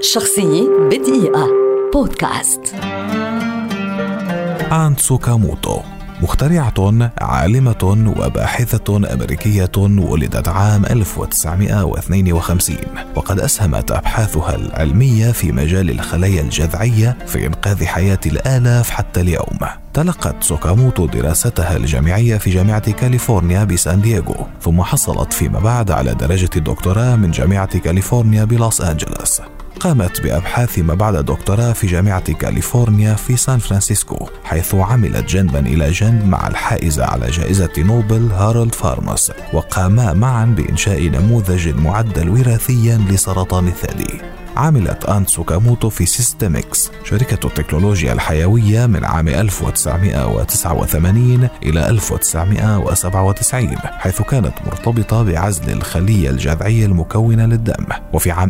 شخصية بدقيقة بودكاست. آن تسوكاموتو مخترعة عالمة وباحثة أمريكية، ولدت عام 1952، وقد أسهمت أبحاثها العلمية في مجال الخلايا الجذعية في إنقاذ حياة الآلاف حتى اليوم. تلقت تسوكاموتو دراستها الجامعية في جامعة كاليفورنيا بسان دييغو، ثم حصلت فيما بعد على درجة الدكتوراه من جامعة كاليفورنيا بلوس أنجلوس. قامت بأبحاث ما بعد الدكتوراه في جامعة كاليفورنيا في سان فرانسيسكو، حيث عملت جنبا إلى جنب مع الحائز على جائزة نوبل هارولد فارمس، وقاما معا بإنشاء نموذج معدل وراثيا لسرطان الثدي. عملت آن تسوكاموتو في سيستميكس، شركة التكنولوجيا الحيوية، من عام 1989 إلى 1997، حيث كانت مرتبطة بعزل الخلية الجذعية المكونة للدم. وفي عام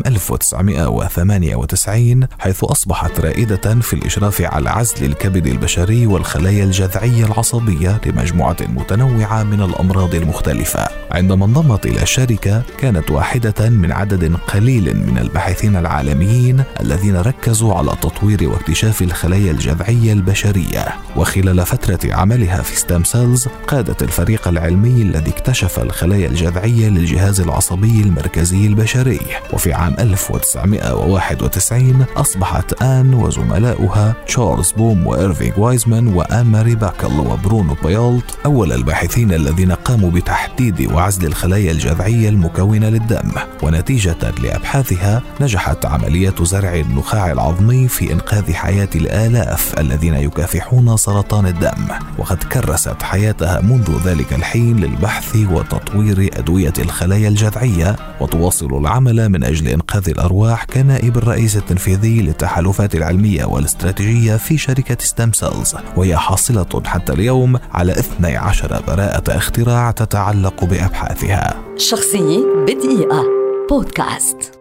1998 حيث أصبحت رائدة في الإشراف على عزل الكبد البشري والخلايا الجذعية العصبية لمجموعة متنوعة من الأمراض المختلفة. عندما انضمت إلى الشركة كانت واحدة من عدد قليل من الباحثين العالميين الذين ركزوا على تطوير واكتشاف الخلايا الجذعية البشرية. وخلال فترة عملها في ستام سيلز قادت الفريق العلمي الذي اكتشف الخلايا الجذعية للجهاز العصبي المركزي البشري. وفي عام 1991 أصبحت آن وزملاؤها تشارلز بوم وإيرفينغ وايزمان وآن ماري باكل وبرونو بايولت أول الباحثين الذين قاموا بتحديد وعزل الخلايا الجذعية المكونة للدم. ونتيجة لأبحاثها نجحت عملية زرع النخاع العظمي في إنقاذ حياة الآلاف الذين يكافحون سرطان الدم، وقد كرست حياتها منذ ذلك الحين للبحث وتطوير أدوية الخلايا الجذعية، وتواصل العمل من أجل إنقاذ الأرواح كنائب الرئيس التنفيذي للتحالفات العلمية والاستراتيجية في شركة ستام سيلز، وهي حاصلة حتى اليوم على 12 براءة اختراع تتعلق بأبحاثها. شخصية بدقيقة بودكاست.